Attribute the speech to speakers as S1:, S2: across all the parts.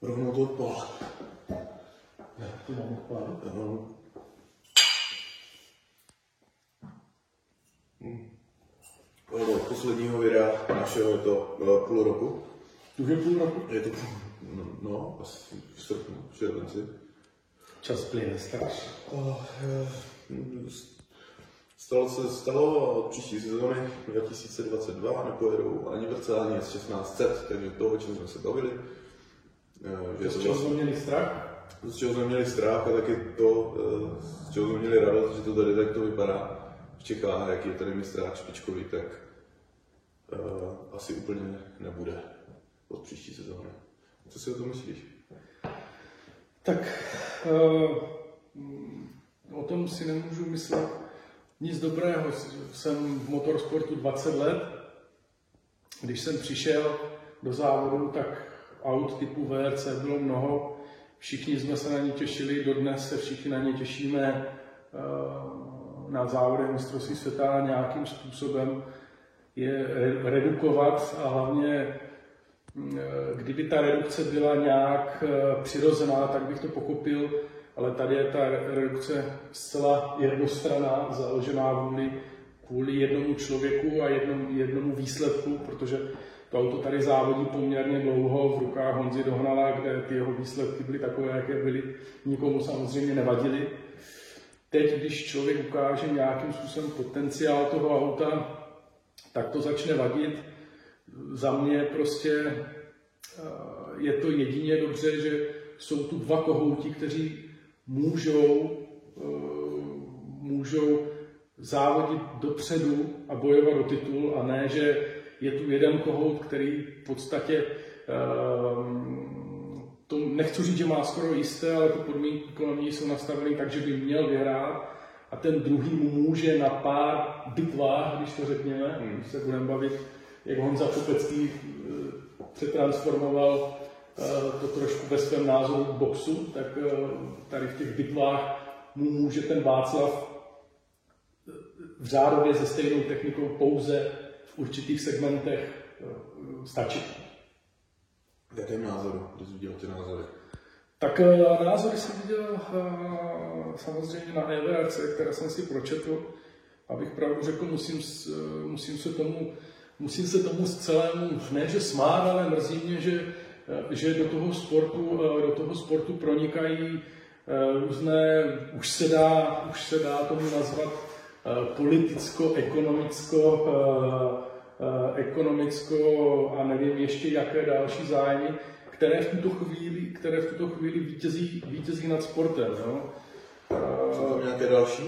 S1: rovnou to odpál.
S2: To mám odpálit.
S1: Od posledního videa našeho je to půl roku.
S2: Už je půl roku?
S1: Je to no, asi v srpnu, v červenci.
S2: Čas plyne strašně.
S1: Stalo od příští sezóny 2022 nepojedou ani vrce, ani S1600, takže to, o čem jsme se bavili.
S2: Z čeho jsme měli strach?
S1: Z čeho jsme měli strach a taky to, z čeho jsme měli radost, že to tady takto vypadá v Čechách, jak je tady mistráč špičkový, tak asi úplně nebude od příští sezóny. Co si o tom myslíš?
S2: Tak o tom si nemůžu myslet nic dobrého. Jsem v motorsportu 20 let. Když jsem přišel do závodu, tak aut typu VRC bylo mnoho. Všichni jsme se na ně těšili, dodnes se všichni na ně těšíme. Na závodech mistrovství světa nějakým způsobem je redukovat a hlavně kdyby ta redukce byla nějak přirozená, tak bych to pochopil, ale tady je ta redukce zcela jednostranná, založená kvůli jednomu člověku a jednomu výsledku, protože to auto tady závodí poměrně dlouho v rukách Honzy Dohnala, kde ty jeho výsledky byly takové, jaké byly, nikomu samozřejmě nevadily. Teď, když člověk ukáže nějakým způsobem potenciál toho auta, tak to začne vadit. Za mě prostě je to jedině dobře, že jsou tu dva kohouti, kteří můžou závodit dopředu a bojovat o titul, a ne, že je tu jeden kohout, který v podstatě, to nechci říct, že má skoro jisté, ale ty podmínky kolem něj jsou nastaveny tak, že by měl vyhrát, a ten druhý mu může na pár bitvách, když to řekněme, když se budeme bavit, jak Honza Kopecký přetransformoval to trošku ve svém názoru k boxu, tak tady v těch bitvách mu může ten Václav v řádově se stejnou technikou pouze v určitých segmentech stačit.
S1: V jakém názoru? Kdo jsi viděl ty názory?
S2: Tak názory jsem viděl samozřejmě na EVRC, které jsem si pročetl. Abych pravdu řekl, musím se tomu celému, ne že smát, ale mrzí mě, že do toho sportu pronikají různé, už se dá tomu nazvat ekonomicko a nevím ještě jaké další zájmy, které v tuto chvíli vítězí nad sportem. No.
S1: Jsou tam nějaké další?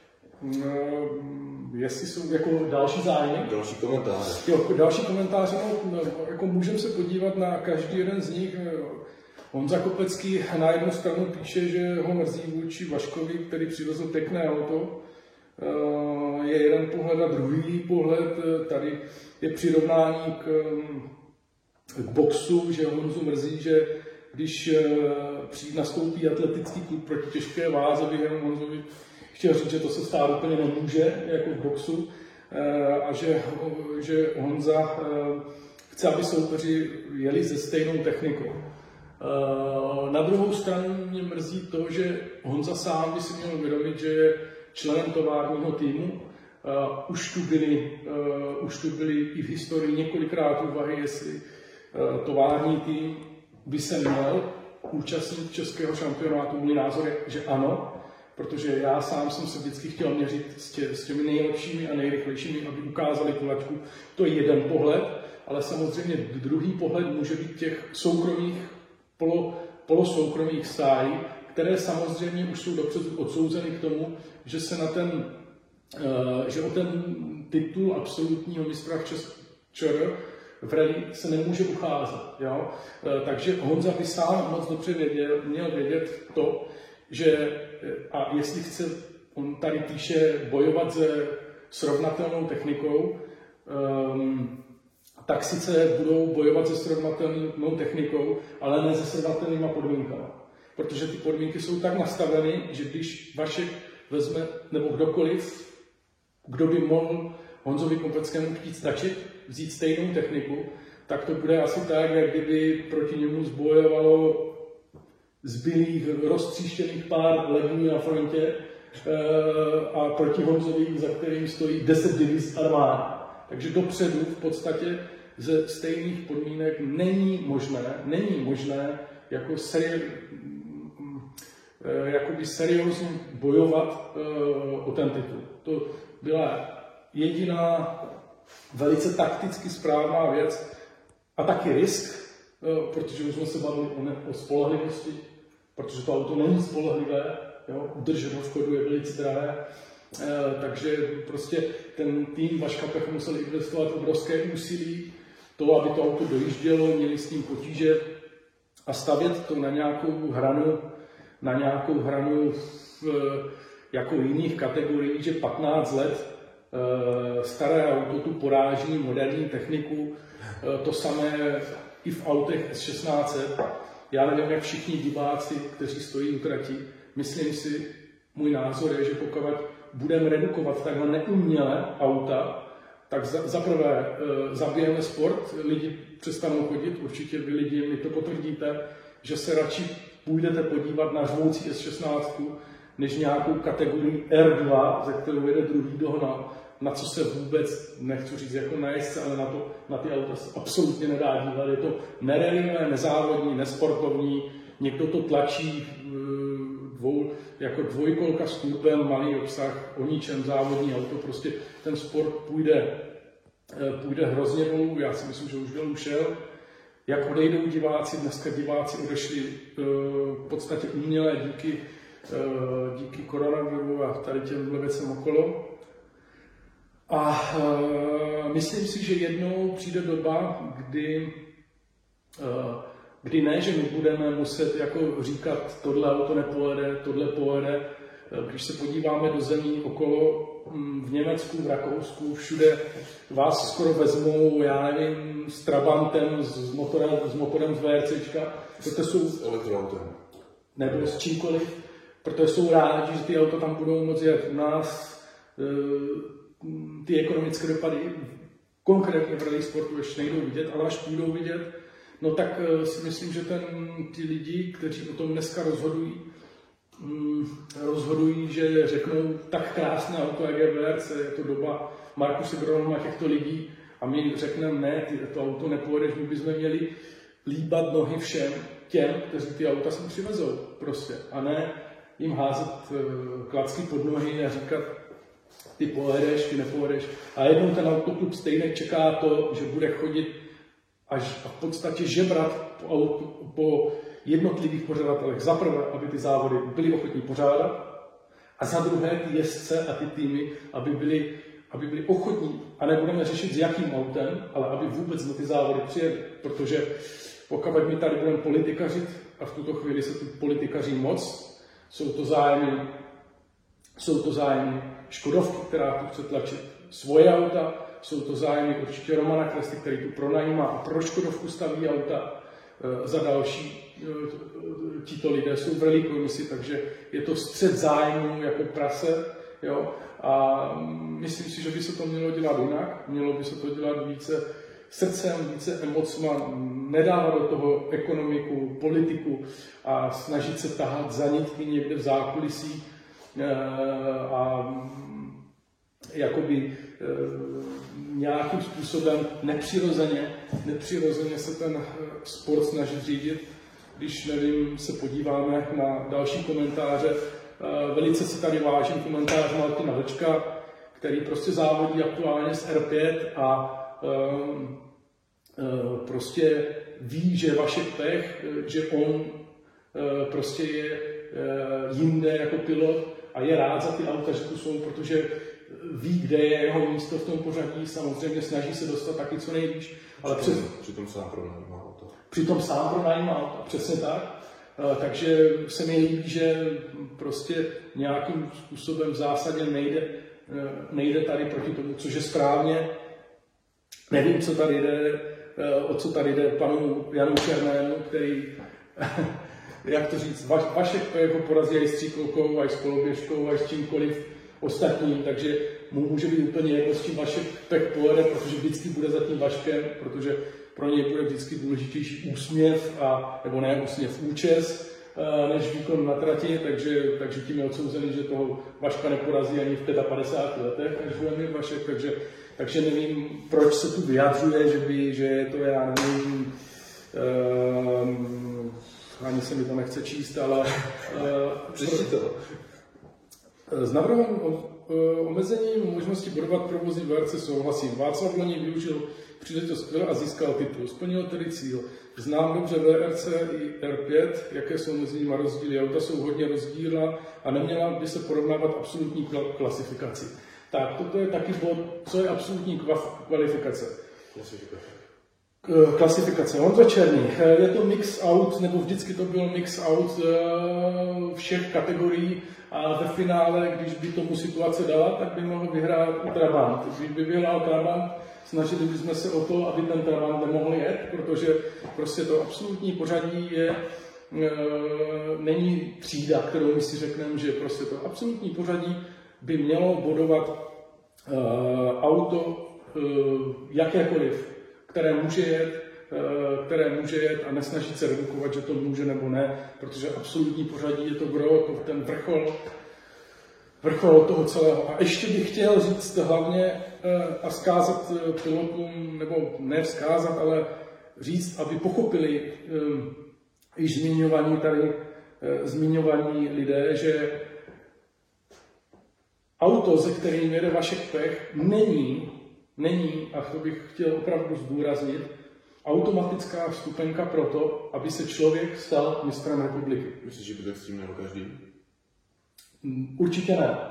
S2: Jestli jsou jako další zájmy?
S1: Další komentáře.
S2: Jo, další komentáře, jako můžeme se podívat na každý jeden z nich. Honza Kopecký na jednu stranu píše, že ho mrzí vůči Vaškovi, který přivezl pěkné auto. Je jeden pohled a druhý pohled. Tady je přirovnání k boxu, že Honzu mrzí, že když nastoupí atletický klub proti těžké váze, bych jenom Honzovi chtěl říct, že to se stát úplně nemůže, jako v boxu, a že Honza chce, aby soupeři jeli se stejnou technikou. Na druhou stranu mě mrzí to, že Honza sám by si měl uvědomit, že je členem továrního týmu. Už tu byly i v historii několikrát úvahy, jestli tovární tým by se měl účastnit českého šampionátu. Můj názor je, že ano, protože já sám jsem se vždycky chtěl měřit s těmi nejlepšími a nejrychlejšími, aby ukázali tu laťku. To je jeden pohled, ale samozřejmě druhý pohled může být těch soukromých, polosoukromých stájí, které samozřejmě už jsou dopředu odsouzeny k tomu, že se že o ten titul absolutního mistra ČR v rally se nemůže ucházet. Jo? Takže Honza by sám moc dobře měl vědět to, že a jestli chce, on tady píše, bojovat se srovnatelnou technikou, tak sice budou bojovat se srovnatelnou technikou, ale ne se srovnatelnýma podmínkami. Protože ty podmínky jsou tak nastaveny, že když Vašek vezme, nebo kdokoliv, kdo by mohl Honzovi Kopeckému chtít stačit, vzít stejnou techniku, tak to bude asi tak, jak kdyby proti němu zbojovalo zbylých, roztříštěných pár legů na frontě a proti Honzovi, za kterým stojí 10 diviz armády. Takže dopředu v podstatě ze stejných podmínek není možné jako jakoby seriózně bojovat o ten titul. To byla jediná velice takticky správná věc a taky risk, protože už jsme se bavili o spolehlivosti, protože to auto není spolehlivé, udržet ho v chodu je velice drahé, takže prostě ten tým Vaška Pecha musel investovat obrovské úsilí, to, aby to auto dojíždělo, měli s tím potíže a stavět to na nějakou hranu jako jiných kategorií, že 15 let staré auto tu poráží moderní techniku, to samé i v autech S1600. Já nevím, jak všichni diváci, kteří stojí u trati, myslím si, můj názor je, že pokud budeme redukovat takhle neuměle auta, tak zaprvé zabijeme sport, lidi přestanou chodit, určitě vy lidi mi to potvrdíte, že se radši půjdete podívat na řvoucí S16, než nějakou kategorii R2, ze kterou jede druhý dohnal, na co se vůbec, nechci říct jako na jezdce, ale na ty auta se absolutně nedá dívat. Je to nerelivé, nezávodní, nesportovní, někdo to tlačí jako dvojkolka s klubem, malý obsah, o ničem, závodní auto, prostě ten sport půjde hrozně dolů, já si myslím, že už dolů šel. Jak odejdou diváci, dneska diváci odešli v podstatě umělé díky koronaviru a tady těmhle věcem okolo. A myslím si, že jednou přijde doba, kdy ne, že my budeme muset jako říkat, tohle auto nepojede, tohle pojede. Když se podíváme do zemí okolo, v Německu, v Rakousku, všude vás skoro vezmou, já nevím, s Trabantem, s motorem z VRCčka, protože jsou...
S1: S elektroautem.
S2: Nebo s čímkoliv, protože jsou rádi, že ty auta tam budou moci jet. U nás ty ekonomické dopady konkrétně v rally sportu ještě nejdou vidět, ale až půjdou vidět, no tak si myslím, že ti lidi, kteří o tom dneska rozhodují, že řeknou tak krásné auto, jak je VRC, je to doba Markuse Gronholma těchto lidí a my řekneme, ne, to auto nepojedeš, my bychom měli líbat nohy všem těm, kteří ty auta sem přivezou prostě a ne jim házet klacky pod nohy a říkat, ty pojedeš, ty nepojedeš. A jednou ten autoklub stejně čeká to, že bude chodit až v podstatě žebrat po jednotlivých pořadatelech. Za prvé, aby ty závody byly ochotní pořádat a za druhé ty jezdce a ty týmy, aby byli ochotní a nebudeme řešit s jakým autem, ale aby vůbec na ty závody přijeli. Protože pokud my tady budeme politikařit a v tuto chvíli se tu politikaří moc, jsou to zájmy Škodovky, která tu chce tlačit svoje auta, jsou to zájmy určitě Romana Kresty, který tu pronajímá a pro Škodovku staví auta za další. Tito lidé jsou v rally komisi, takže je to střet zájmů jako prase. Jo? A myslím si, že by se to mělo dělat jinak, mělo by se to dělat více srdcem, více emocma, nedávat do toho ekonomiku, politiku a snažit se tahat za nitky někde v zákulisí a jakoby nějakým způsobem nepřirozeně se ten sport snažit řídit. Když, nevím, se podíváme na další komentáře, velice si tady vážím komentář Martina Vlčka, který prostě závodí aktuálně s R5 a prostě ví, že Vašek Pech, že on prostě je jinde jako pilot a je rád za ty auta, že tu jsou, protože ví, kde je jeho místo v tom pořadí, samozřejmě snaží se dostat taky co nejvíc, ale
S1: přitom sám pronajímá auto.
S2: Přitom sám pronajímá auto, přesně tak. Takže se mi líbí, že prostě nějakým způsobem v zásadě nejde tady proti tomu, což je správně. Nevím, co tady jde, o co tady jde panu Janu Černému, který, jak to říct, Vašek Pech ho porazí i s tříkolkou, i s koloběžkou, i s čímkoliv ostatním, takže mu může být úplně jedno, s čím Vašek Pech pojede, protože vždycky bude za tím Vaškem, protože pro něj bude vždycky důležitější úsměv, nebo ne úsměv, účes, než výkon na trati, takže tím je odsouzený, že toho Vaška neporazí ani v 55 letech, než bude mít Vašek, takže nevím, proč se tu vyjadřuje, že je to, já nevím, ani se mi to nechce číst, ale s návrhem omezení možnosti bodovat provozy v RC souhlasím. Václav Loni využil příležitost a získal titul. Splnil tedy cíl. Znám dobře VRC i R5, jaké jsou mezi nimi rozdíly. Auta jsou hodně rozdílná a neměla by se porovnávat absolutní klasifikaci. Tak, toto je taky bod, co je absolutní kvalifikace. Klasifikace. Honza Černý. Je to mix out, nebo vždycky to byl mix out všech kategorií a ve finále, když by tomu situace dala, tak by mohl vyhrát i Trabant. Když by vyhrál Trabant, snažili bychom se o to, aby ten Trabant nemohl jet, protože prostě to absolutní pořadí není třída, kterou my si řekneme, že prostě to absolutní pořadí by mělo bodovat auto jakékoliv, které může jet a nesnažit se redukovat, že to může nebo ne, protože absolutní pořadí je to gro, ten vrchol toho celého. A ještě bych chtěl říct hlavně a vzkázat pilotům, nebo ne vzkázat, ale říct, aby pochopili již zmiňovaní lidé, že auto, ze kterým jede Vašek Pech, není, a to bych chtěl opravdu zdůraznit, automatická vstupenka pro to, aby se člověk stal mistrem republiky.
S1: Myslíš, že by tak s tím měl každý?
S2: Určitě ne.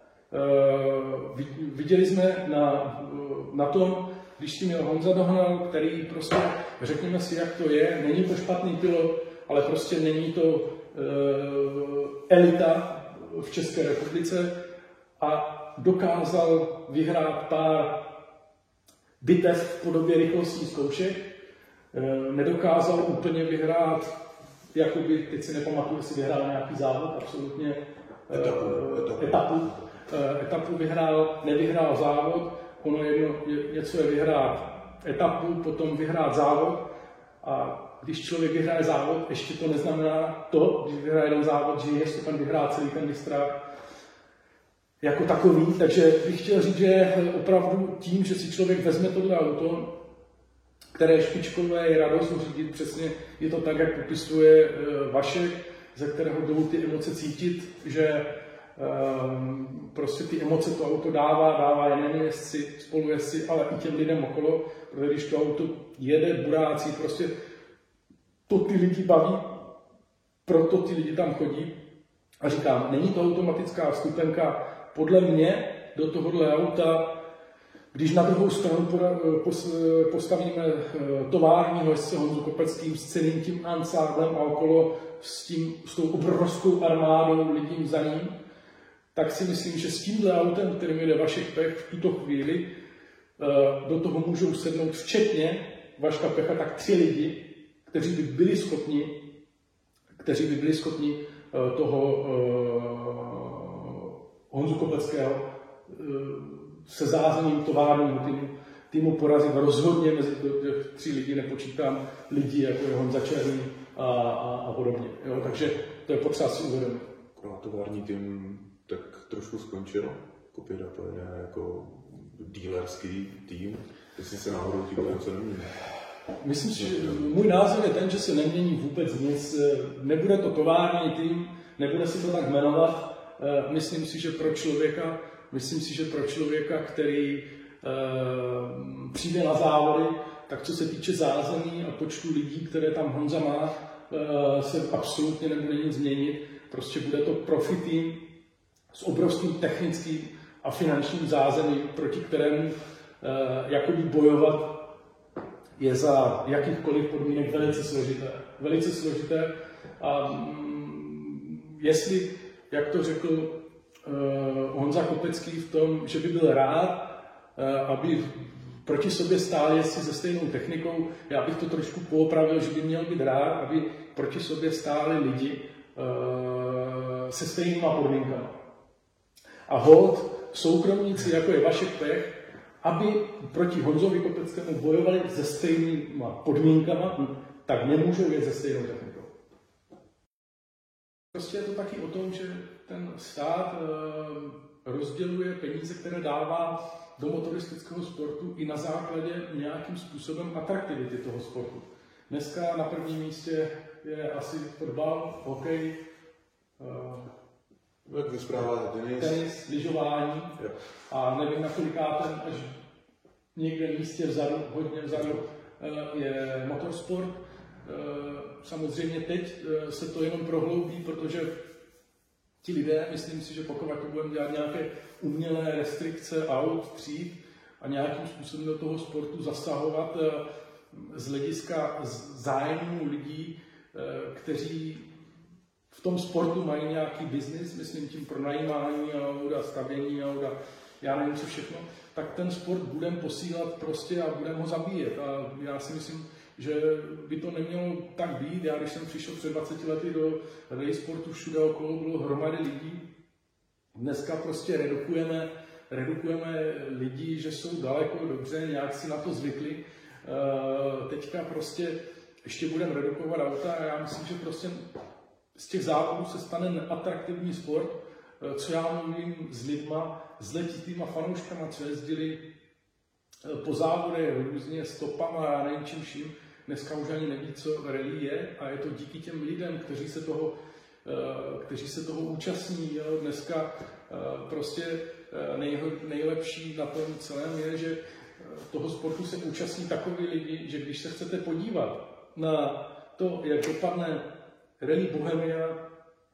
S2: Viděli jsme na tom, když tím měl Honza dohnal, který prostě, řekněme si, jak to je, není to špatný pilot, ale prostě není to elita v České republice a dokázal vyhrát pár bitev v podobě rychlostních zkoušek, nedokázal úplně vyhrát, jakoby, teď si nepamatuju, jestli vyhrál nějaký závod, absolutně etapu vyhrál, nevyhrál závod, ono něco je vyhrát etapu, potom vyhrát závod a když člověk vyhraje závod, ještě to neznamená to, když vyhraje jeden závod, že je schopen vyhrát celý ten mistrák jako takový, takže bych chtěl říct, že opravdu tím, že si člověk vezme tohle auto, které je špičkové, je radost řídit, přesně je to tak, jak popisuje Vašek, ze kterého jdou ty emoce cítit, že prostě ty emoce to auto dává nejen jezdci, spolujezdci, ale i těm lidem okolo, protože když to auto jede, burácí, prostě to ty lidi baví, proto ty lidi tam chodí. A říkám, není to automatická vstupenka, podle mě do tohohle auta, když na druhou stranu postavíme továrního jezdce Honzu Kopeckým s celým tím ansáblem a okolo s tou obrovskou armádou lidí za ním, tak si myslím, že s tímhle autem, kterým jde Vašek Pech v tuto chvíli, do toho můžou sednout včetně Vaška Pecha tak 3 lidi, kteří by byli schopni toho Honzu Kopeckého se zázemím továrního týmu porazit. Rozhodně mezi těch 3 lidi nepočítám lidi, jako je Honza Černý a podobně. Jo? Takže to je potřeba si uvědomit.
S1: A tovární tým tak trošku skončil. Kopěda pojede jako dealerský tým, jestli se náhodou tím něco nemění.
S2: Myslím si, že můj názor je ten, že se nemění vůbec nic. Nebude to tovární tým, nebude se to tak jmenovat. Myslím si, že pro člověka, který přijde na závody, tak co se týče zázemí a počtu lidí, které tam Honza má, se absolutně nebude nic změnit. Prostě bude to profi tým s obrovským technickým a finančním zázemím, proti kterému jakoby bojovat je za jakýchkoliv podmínek velice složité. A jestli, jak to řekl Honza Kopecký v tom, že by byl rád, aby proti sobě stáli jezdci se stejnou technikou, já bych to trošku poopravil, že by měl být rád, aby proti sobě stáli lidi se stejnýma podmínkami. A holt soukromníci, jako je Vašek Pech, aby proti Honzovi Kopeckému bojovali se stejnýma podmínkama, tak nemůžou jet se stejnou technikou. Prostě je to taky o tom, že ten stát rozděluje peníze, které dává do motoristického sportu i na základě nějakým způsobem atraktivity toho sportu. Dneska na prvním místě je asi fotbal, hokej, tenis, lyžování a nevím na kolikátem, až někde místě vzadu, hodně vzadu je motorsport. Samozřejmě teď se to jenom prohloubí, protože ti lidé, myslím si, že pokud to budeme dělat nějaké umělé restrikce aut, tříd a nějakým způsobem do toho sportu zasahovat z hlediska zájmu lidí, kteří v tom sportu mají nějaký biznis, myslím tím pronajímání aut a stavění aut a já nevím co všechno, tak ten sport budeme posílat prostě a budeme ho zabíjet. A já si myslím, že by to nemělo tak být. Já když jsem přišel před 20 lety do rally sportu, všude okolo bylo hromady lidí. Dneska prostě redukujeme lidi, že jsou daleko, dobře, nějak si na to zvykli. Teďka prostě ještě budeme redukovat auta a já myslím, že prostě z těch závodů se stane neatraktivní sport, co já mluvím s lidma, s letitýma fanouškama, co jezdili po závodech různě stopama a nevím čím vším. Dneska už ani neví, co rally je a je to díky těm lidem, kteří se toho účastní. Jo. Dneska prostě nejlepší na tom celém je, že toho sportu se účastní takový lidi, že když se chcete podívat na to, jak dopadne Rally Bohemia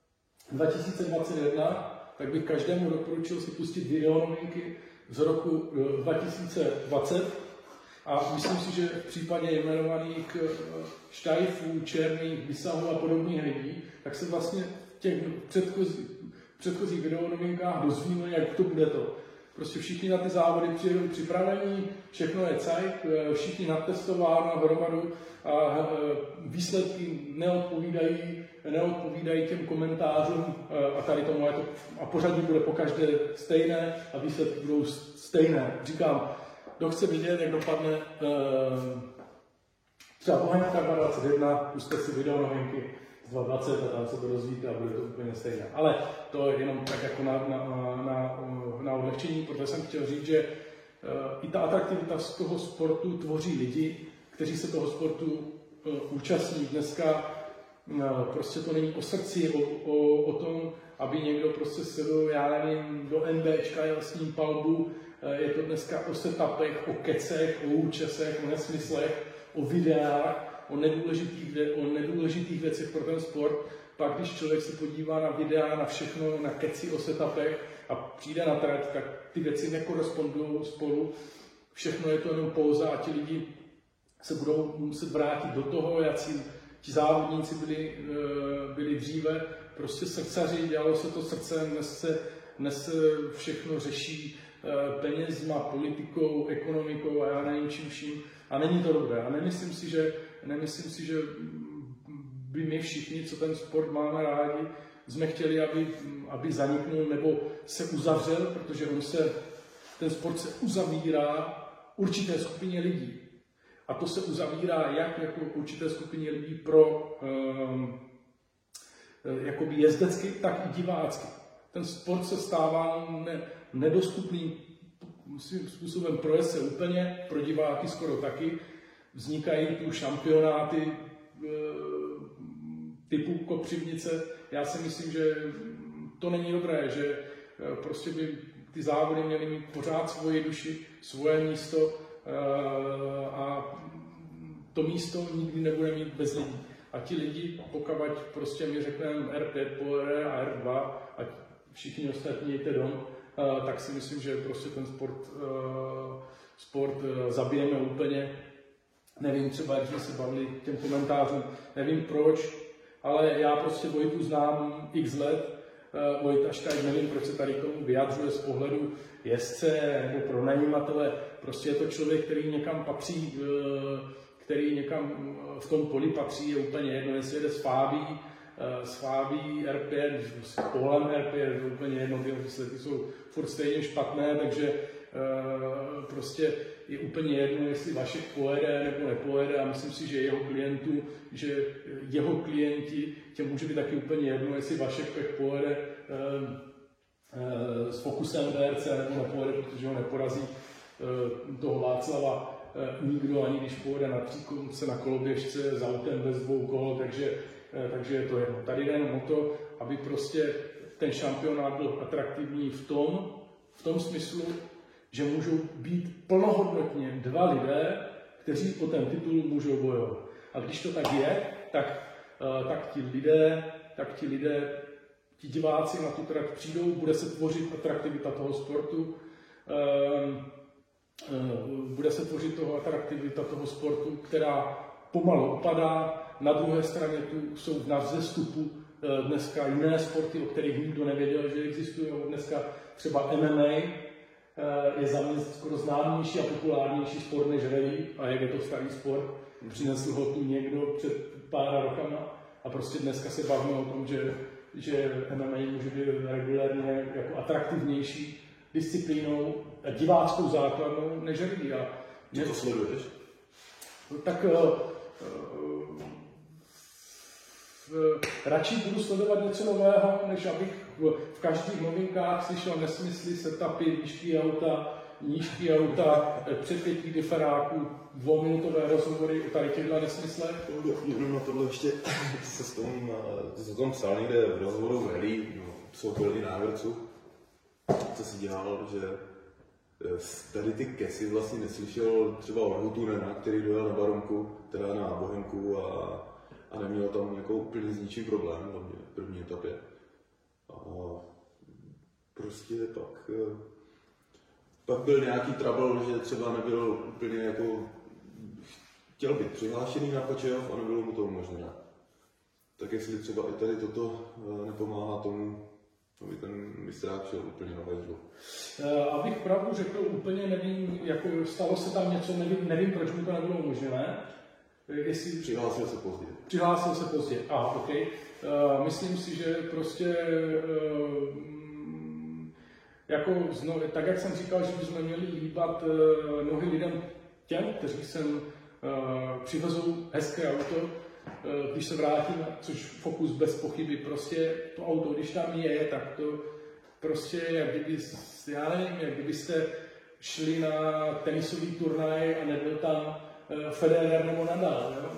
S2: 2021, tak bych každému doporučil si pustit videonovinky z roku 2020 a myslím si, že v případě jmenovaných Štajfů, Černých, Vysahů a podobných lidí, tak se vlastně v těch předchozích videonovinkách dozvíme, jak to bude to. Prostě všichni na ty závody přijedou připravení, všechno je cajk, všichni natestováno hromadu a výsledky neodpovídají těm komentářům a tady tomu je to, a pořadí bude pokaždé stejné a výsledky budou stejné. Říkám, kdo chce vidět, jak dopadne třeba Bohemia 2021, puste si videonovinky z 2020 a tam se to dozvíte a bude to úplně stejné. Ale to je jenom tak jako na odlehčení, protože jsem chtěl říct, že i ta atraktivita z toho sportu tvoří lidi, kteří se toho sportu účastní. Dneska prostě to není o srdci, o tom, aby někdo prostě sedl, já nevím, do NBčka, jel s ním palbu. Je to dneska o setupech, o kecech, o účesech, o nesmyslech, o videách, o nedůležitých věcech pro ten sport. Pak když člověk se podívá na videa, na všechno, na keci o setupech a přijde na trať, tak ty věci nekorespondují spolu. Všechno je to jenom pouza a ti lidi se budou muset vrátit do toho, jak ti závodníci byli dříve. Prostě srdcaři, dělalo se to srdcem, dnes se všechno řeší penězma, politikou, ekonomikou a já nevím čím vším. A není to dobré. A nemyslím si, že by my všichni, co ten sport máme rádi, jsme chtěli, aby zaniknul nebo se uzavřel, protože ten sport se uzavírá určité skupině lidí. A to se uzavírá jak jako určité skupině lidí pro jakoby jezdecky, tak i divácky. Ten sport se stává nedostupný svým způsobem pro jezdce úplně, pro diváky skoro taky. Vznikají tu šampionáty typu Kopřivnice. Já si myslím, že to není dobré, že prostě by ty závody měly mít pořád svoji duši, svoje místo a to místo nikdy nebude mít bez lidí. A ti lidi, pokud prostě mi řekneme R5 po R a R2 a všichni ostatní jděte dom, tak si myslím, že prostě ten sport zabijeme úplně. Nevím, třeba jak jsme se bavili těm komentářům, nevím proč, ale já prostě Vojtu znám x let. Vojta Štajk, nevím, proč se tady k tomu vyjadřuje z pohledu jezdce nebo pronajímatele. Prostě je to člověk, který někam patří, který někam v tom poli patří, je úplně jedno, jestli jede s Fábí R5, s Polem R5, je úplně jedno, ty výsledky jsou furt stejně špatné, takže prostě je úplně jedno, jestli Vašek pojede nebo nepojede a myslím si, že jeho klienti, těm může být taky úplně jedno, jestli Vašek Pech pojede s Focusem VRC nebo nepojede, protože ho neporazí toho Václava nikdo, ani když pojede na tříkolce na koloběžce s autem bez 2 kol, takže je to jedno. Tady jde jenom o to, aby prostě ten šampionát byl atraktivní v tom smyslu, že můžou být plnohodnotně 2 lidé, kteří o ten titul můžou bojovat. A když to tak je, tak ti lidé, ti diváci na tu trať přijdou, bude se tvořit atraktivita toho sportu, která pomalu opadá. Na druhé straně tu jsou na vzestupu dneska jiné sporty, o kterých nikdo nevěděl, že existují. Dneska třeba MMA je za mě skoro známější a populárnější sport než rally, a jak je to starý sport. Přinesl ho tu někdo před pár rokama a prostě dneska se bavíme o tom, že MMA může být regulérně jako atraktivnější disciplínou a diváckou základnou než rally.
S1: Ty to sleduješ?
S2: Tak radši budu sledovat něco nového, než abych v každých novinkách slyšel nesmysly, setupy, nížky auta, přepětí diferáků, 2minutové rozhovory o tady těchto nesmyslech.
S1: No tohle ještě se o tom psal někde v rozhovoru v Rally, jsou to lidi návrců, co si dělal, že tady ty kesy vlastně neslyšel třeba od Hutunena, který dojel na Baronku, teda na Bohemku a neměl tam jako úplně s ničím problém v první etapě. A prostě pak byl nějaký trouble, že třeba nebyl úplně jako, chtěl být přihlášený na Pačejov a nebylo mu to umožněné. Tak jestli třeba i tady toto nepomáhá tomu, aby ten mistrák šel úplně na hajzlu.
S2: Abych pravdu řekl, úplně nevím, jako stalo se tam něco, nevím proč mu to nebylo umožněné. Přihlásil se pozdě. OK. Myslím si, že prostě jako tak, jak jsem říkal, že bychom měli líbat nohy lidem těm, kteří sem přivezou hezké auto, když se vrátím, což Focus bez pochyby, prostě to auto, když tam je, tak to prostě, jak kdybyste šli na tenisový turnaj a nebyl tam Federer nebo Nadal, jo?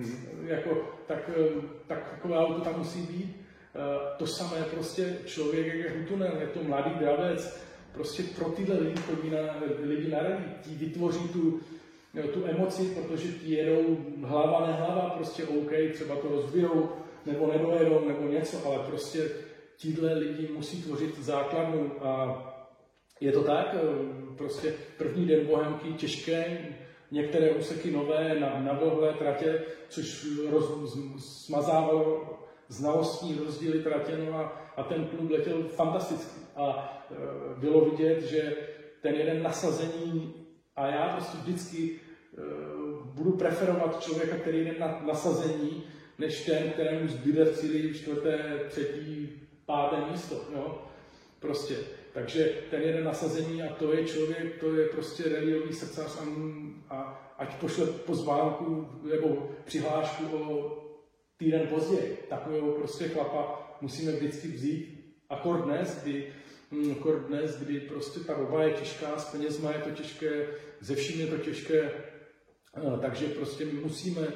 S2: Takové auto tam musí být. To samé prostě člověk, jak je Hutunen, je to mladý dravec, prostě pro tyhle lidi na rally, ti vytvoří tu emoci, protože ti jedou hlava nehlava, prostě OK, třeba to rozbijou, nebo nedojedou, nebo něco, ale prostě tihle lidi musí tvořit základnu a je to tak, prostě první den Bohemky těžké, některé úseky nové na vlhlé tratě, což smazávalo znalostní rozdíly tratě, a ten klub letěl fantasticky. A bylo vidět, že ten jeden nasazení, a já prostě vždycky budu preferovat člověka, který jde na nasazení, než ten, kterému zbyde v cíli 4., 3., 5. místo. Jo? Prostě. Takže ten jeden nasazení a to je člověk, to je prostě rallyový srdcař a ať pošle pozvánku nebo přihlášku o týden později. Takového prostě chlapa musíme vždycky vzít. Akord dnes, kdy prostě ta doba je těžká, s penězma je to těžké, ze vším je to těžké, takže prostě my musíme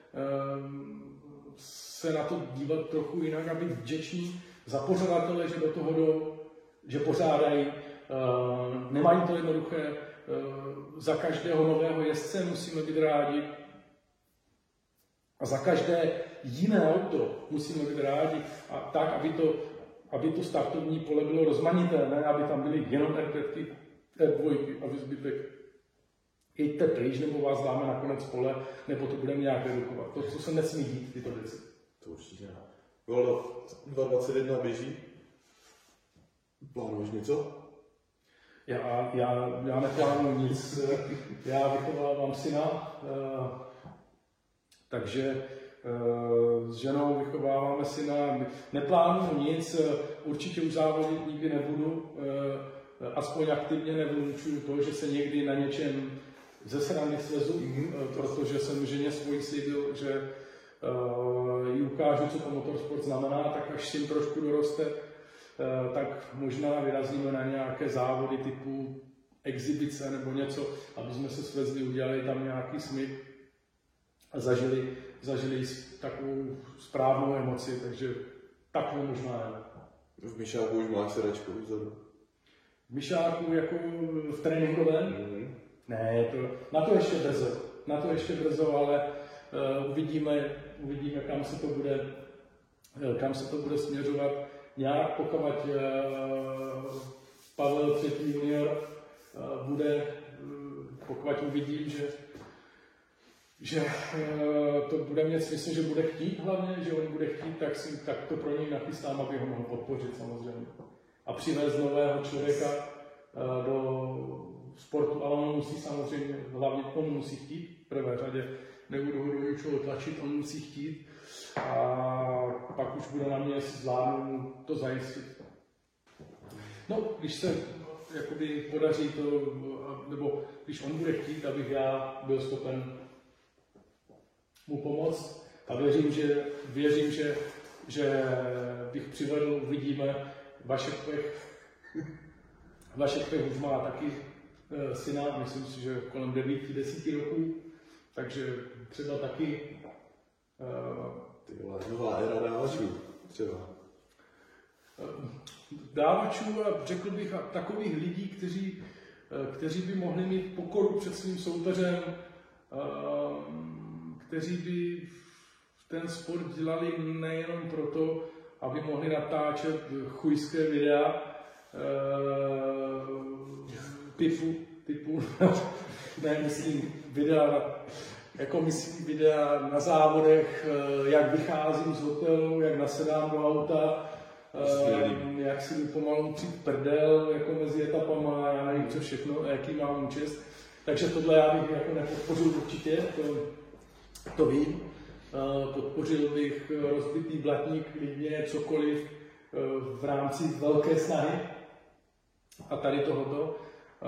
S2: se na to dívat trochu jinak a být vděční za pořadatele, že do toho jdou, že pořádají, nemají to jednoduché, za každého nového jezdce musíme být rádi a za každé jiné auto musíme být rádi a tak, aby to startovní pole bylo rozmanité, ne aby tam byly jenom R5, R2 a vy zbytek jeďte pryč, nebo vás dáme na konec pole, nebo to budeme nějak redukovat. To, co se nesmí dít, tyto věci.
S1: To určitě ne. Voldo, 2.21 běží. Plánuješ něco?
S2: Já neplánuji nic. Já vychovávám syna, takže s ženou vychováváme syna. Neplánuji nic, určitě už závodit nikdy nebudu. aspoň aktivně nevylučuju to, že se někdy na něčem ze srandy svezu, protože jsem ženě svojí slíbil, že jí ukážu, co to motorsport znamená, tak až syn trošku doroste, tak možná vyrazíme na nějaké závody typu exibice nebo něco, aby jsme se svezli, udělali tam nějaký smyk a zažili takovou správnou emoci, takže takhle možná ne.
S1: V Myšáku už máš sedačku vzadu.
S2: V Myšáku jako v tréninkovém? Ne, na to ještě brzo, ale uvidíme, kam se to bude směřovat. Nějak pokud Pavel Třetí junior bude, pokud uvidím, že to bude mít smysl, že bude chtít hlavně, že on bude chtít, tak to pro něj nachystám, aby ho mohl podpořit samozřejmě. A přivést nového člověka do sportu, ale on musí samozřejmě, hlavně on musí chtít v prvé řadě, nebudu ho do ničeho tlačit, on musí chtít a pak už bude na mě, jestli zvládnu to zajistit. No, když se jakoby podaří to, nebo když on bude chtít, abych já byl schopen mu pomoct a věřím, že bych přivedl, uvidíme, Vašek Pech už má taky syna, myslím si, že kolem 9-10 roků, takže třeba taky...
S1: nová éra dávačů třeba.
S2: Dávačů a řekl bych takových lidí, kteří by mohli mít pokoru před svým soupeřem, kteří by ten sport dělali nejenom proto, aby mohli natáčet chujské videa typu ne, myslím videa na závodech, jak vycházím z hotelu, jak nasedám do auta, jak si jdu pomalu přijít prdel jako mezi etapama, já nevím co všechno, jaký mám účest. Takže tohle já bych jako nepodpořil určitě, to vím. Podpořil bych rozbitý blatník, klidně cokoliv v rámci velké snahy a tady tohoto.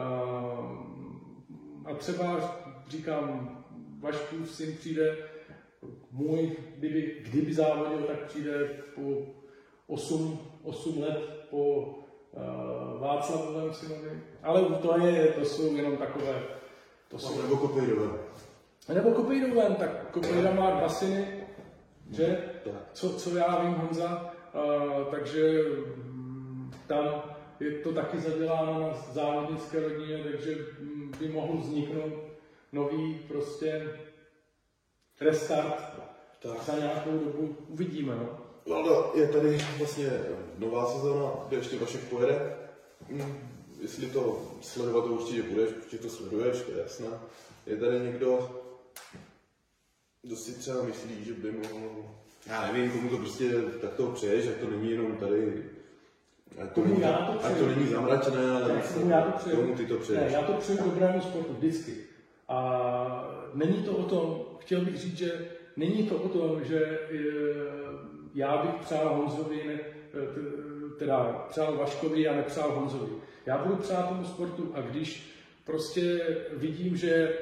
S2: A třeba říkám, Vaškův syn přijde, můj, kdyby závodil, tak přijde po 8 let po Václavovém synovi. Ale to jsou jenom takové...
S1: Nebo Kopejrovém.
S2: Nebo Kopejrovém, tak Kopejra má 2 syny, že? Co já vím, Honza, takže tam je to taky zaděláno na závodnické rodině, takže by mohl vzniknout nový prostě restart. Tak. Za nějakou dobu uvidíme, no.
S1: No, je tady vlastně nová sezóna, kde ještě Vašek pojede. Jestli to sledovat, to určitě budeš, protože to sleduješ, to je jasné. Je tady někdo, kdo si třeba myslí, že by mohl... Já nevím, komu to prostě tak toho přeješ, jak to není jenom tady... Ať to není zamračené, ale komu ty to přeješ.
S2: Ne, já to přeju dobrému sportu vždycky. A není to o tom, chtěl bych říct, že není to o tom, že já bych přál Honzovi, teda přál Vaškovi a nepřál Honzovi. Já budu přát tomu sportu a když prostě vidím, že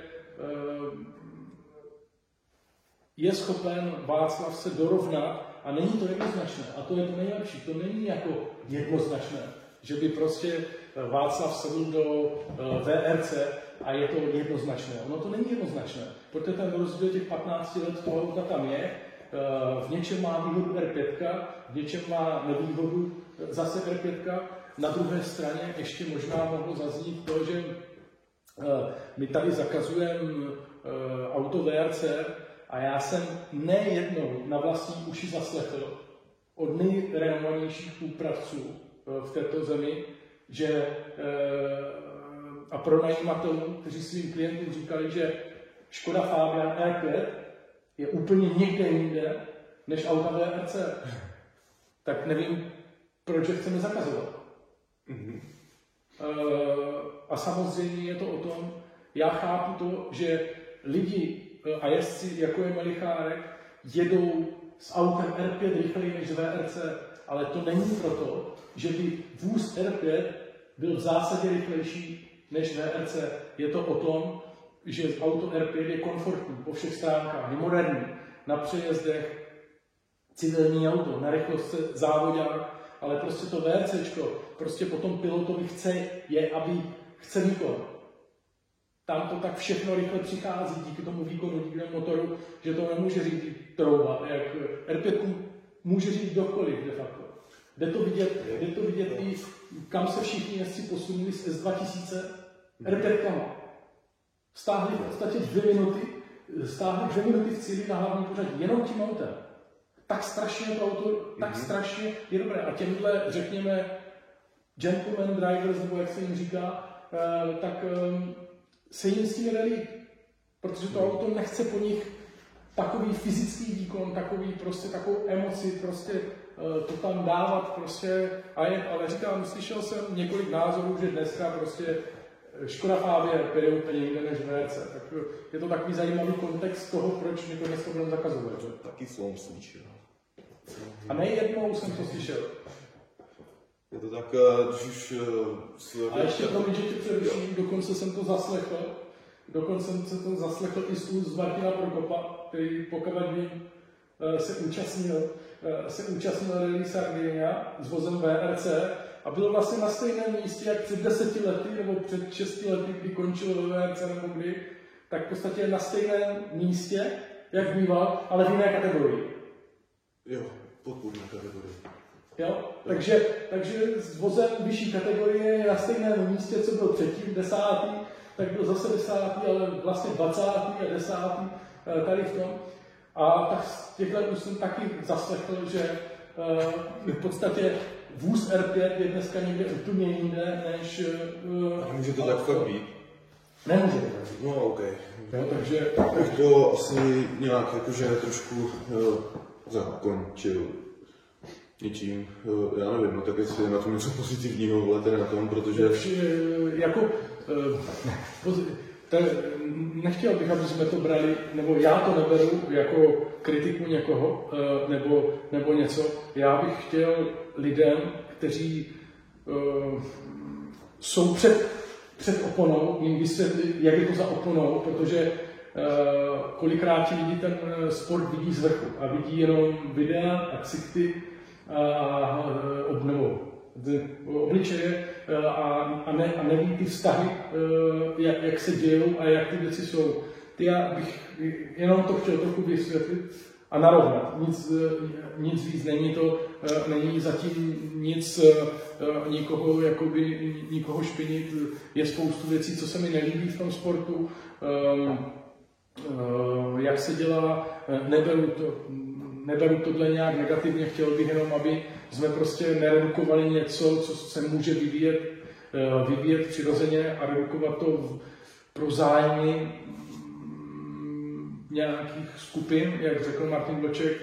S2: je schopen Václav se dorovnat a není to jednoznačné. A to je to nejlepší. To není jako jednoznačné, že by prostě Václav sedl do VRC a je to jednoznačné. Ono to není jednoznačné, protože ten rozdíl těch 15 let toho auta tam je. V něčem má výhodu R5, v něčem má nevýhodu zase R5. Na druhé straně ještě možná mohlo zaznít to, že my tady zakazujeme auto VRC a já jsem nejednou na vlastní uši zaslechl od nejrenomovanějších úpravců v této zemi, že a pronajímatelů, kteří svým klientům říkali, že Škoda Fabian R5 je úplně někde jinde než auta VRC. Tak nevím, proč je chceme zakazovat. A samozřejmě je to o tom, já chápu to, že lidi a jezdci, jako je Melichárek, jedou s autem R5 rychleji než VRC, ale to není proto, že by vůz R5 byl v zásadě rychlejší než VRC. Je to o tom, že auto R5 je komfortní po všech stránkách, je moderní, na přejezdech civilní auto, na rychlost se závodák, ale prostě to VRCčko, prostě potom pilotovi chce výkon. Tam to tak všechno rychle přichází díky tomu výkonu, díky tomu motoru, že to nemůže řídit trouba, jak R5 může řídit kdokoliv de facto. Jde to vidět i kam se všichni jezdci posunuli z S2000 R5. Stáhli v podstatě 2 minuty v cíli na hlavní pořadí, jenom tím autem. Tak strašně to auto, tak strašně je dobré. A těmhle, řekněme, gentleman drivers, nebo jak se jim říká, tak se jim s tím jde líp. Protože to auto nechce po nich takový fyzický výkon, takovou emoci, prostě to tam dávat prostě. Ale říkám, slyšel jsem několik názorů, že dneska prostě Škoda Fabia je úplně jinde než VRC. Tak je to takový zajímavý kontext toho, proč my to dneska budeme zakazovat. Že?
S1: Taky slovom slyšel.
S2: A nejednou jsem to slyšel.
S1: Je to tak, když už...
S2: A ještě to že tě přeruším, dokonce jsem to zaslechl i z úst Martina Prokopa, který pokud vím, se účastnil Rally Sardinia s vozem VRC a byl vlastně na stejném místě, jak před 10 lety nebo před 6 lety, kdy končil VRC nebo kdy, tak v podstatě na stejném místě, jak býval, ale v jiné kategorii.
S1: Jo, podpůrné kategorie.
S2: Jo? Takže s vozem vyšší kategorie je na stejném místě, co byl předtím, 10. tak byl zase 10. ale vlastně 20. a 10. tady v tom. A tak z těchto už jsem taky zaslechl, že v podstatě vůz R5 je dneska někde úplně jinde, než...
S1: Může to tak fakt být?
S2: Nemůže to tak být.
S1: No, OK.
S2: Jo, takže...
S1: Tak to asi nějak jakože trošku zakončil něčím, já nevím, no tak jestli je na tom něco pozitivního, ale tedy na tom, protože...
S2: Nechtěl bych, aby jsme to brali, nebo já to neberu jako kritiku někoho, nebo něco. Já bych chtěl lidem, kteří jsou před oponou, jim vysvětlit, jak je to za oponou, protože kolikrát ti lidi ten sport vidí z vrchu a vidí jenom videa a ksichty nebo obličeje a neví ty vztahy, jak se dějou a jak ty věci jsou. Já bych jenom to chtěl trochu vysvětlit a narovnat. Nic víc není zatím nic nikoho špinit. Je spoustu věcí, co se mi nelíbí v tom sportu, jak se dělá, neberu tohle nějak negativně, chtěl bych jenom, aby jsme prostě neredukovali něco, co se může vyvíjet přirozeně a redukovat to pro zájmy nějakých skupin, jak řekl Martin Vlček,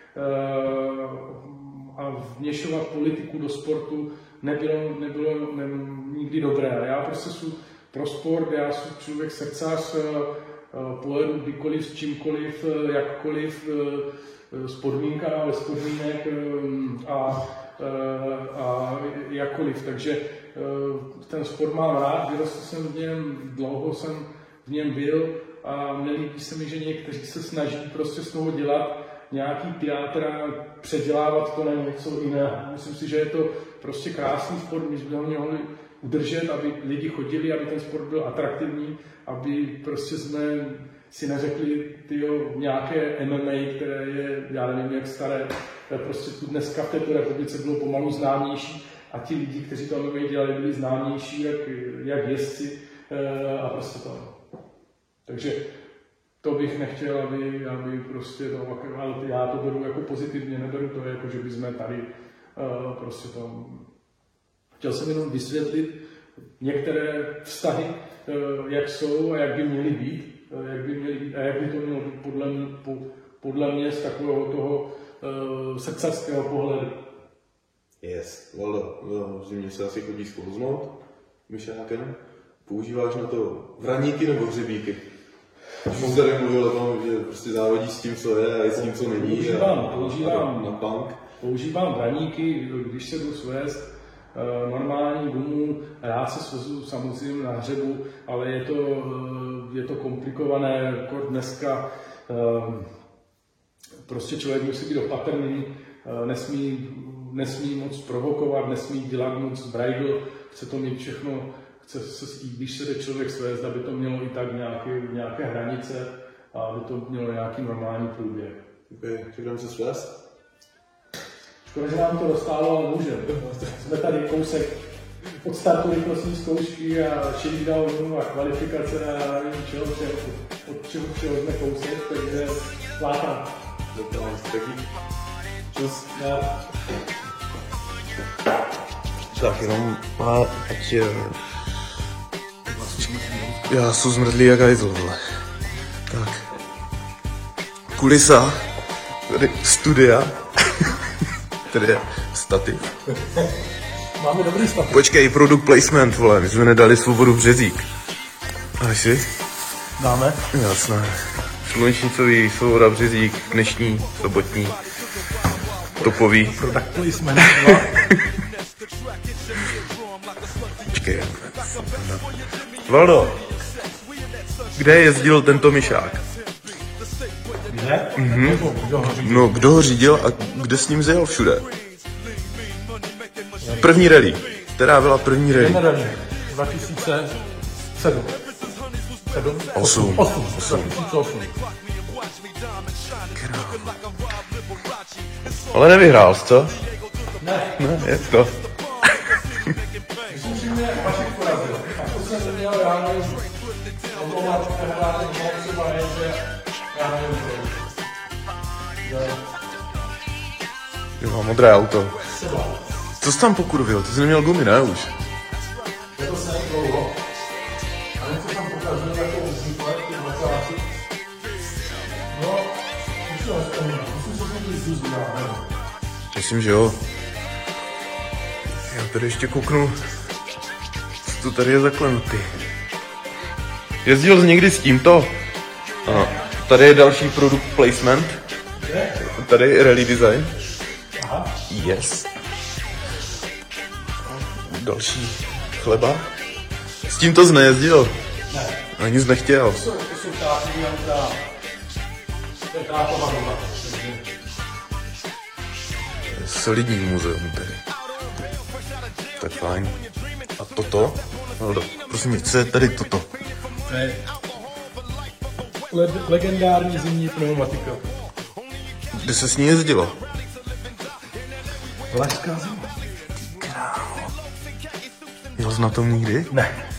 S2: a vměšovat politiku do sportu nebylo nikdy dobré. Já prostě jsem pro sport, já jsem člověk srdcař, pojedu kdykoliv, s čímkoliv, jakkoliv, s podmínkami, bez podmínek a jakkoliv. Takže ten sport mám rád, vyrostl jsem v něm, dlouho jsem v něm byl a nelíbí se mi, že někteří se snaží prostě z toho dělat nějaký teátr a předělávat to na něco jiného. Myslím si, že je to prostě krásný sport, my jsme ho měli udržet, aby lidi chodili, aby ten sport byl atraktivní, aby prostě jsme si neřekli nějaké MMA, které je, já nevím jak staré, prostě tu dneska v této republice bylo pomalu známější a ti lidi, kteří to MMA dělali, byli známější jak jezdci a prostě to. Takže to bych nechtěl, aby prostě to, ale já to beru jako pozitivně, neberu to jako, že bychom tady prostě to... Chtěl jsem jenom vysvětlit některé vztahy, jak jsou a jak by měly být, a jak by to mělo být podle mě z takového toho srdcařského pohledu.
S1: Yes, Valdo, v zimě se asi chodí sklouznout myšákem. Používáš na to vraníky nebo hřebíky? Když jsem tady mluvil o tom, že prostě závodí s tím, co je a s tím, co není.
S2: Používám vraníky, když se jdu svést normální gumu, rád se svezu samozřejmě na hřebu, ale je to komplikované, jako dneska prostě člověk musí být opatrný, nesmí moc provokovat, nesmí dělat moc brajgl, chce to mít všechno, když se jde člověk svést, aby to mělo i tak nějaké hranice a aby to mělo nějaký normální průběh.
S1: Okay, jdeme se svést?
S2: Škoda, že nám to dostalo, ale můžeme. Jsme tady kousek od startu rychlostní zkoušky a shakedown a kvalifikace a nevím od čeho jsme kousek, takže lákám.
S1: Čus. Tak jenom ať já jsem zmrdlý jak hajzl, vole. Tak. Kulisa. Studia. Tady je stativ.
S2: Máme dobrý stativ.
S1: Počkej, product placement, vole, my jsme nedali Svobodu Březík. Dáš si?
S2: Dáme?
S1: Jasné. Slunečnicový, Svoboda Březík, dnešní, sobotní, topový.
S2: Product placement.
S1: Počkej. Valdo, kde jezdil tento myšák?
S2: Kde?
S1: No, kdo ho řídil a kde s ním zjel všude? První rally. Která byla první rally?
S2: 2007.
S1: 8.
S2: 2008.
S1: Ale nevyhrál jsi, co?
S2: Ne.
S1: Ne, je to.
S2: Myslím si, že Vašek porazil. A to jsem měl, já nevím, omlouvat, nehráli, třeba je, že já nevím,
S1: Jo, modré auto. Co jsi tam pokurvil? Ty jsi neměl gumy, ne už?
S2: je to snad dlouho. A něco tam pokazuje jako vzniklé, ty dvacáci. No, myslím, že jsem nic zůzdá,
S1: Myslím, že jo. Já tady ještě kouknu, co to tady je zaklenutý. Jezdil jsi někdy s tímto? Ano. Tady je další product placement. Tady je rally design.
S2: Aha.
S1: Yes. Další chleba. S tímto jsi nejezdil?
S2: Ne.
S1: Ani jsi nechtěl.
S2: To jsou táty, to je tátová doba.
S1: Solidní muzeum tady. Tak fajn. A toto? Valdo, prosím mě, co je tady toto?
S2: To je legendární zimní pneumatika.
S1: Kde se s ní jezdilo?
S2: Lašská zima.
S1: Jel jsi na tom nikdy?
S2: Ne.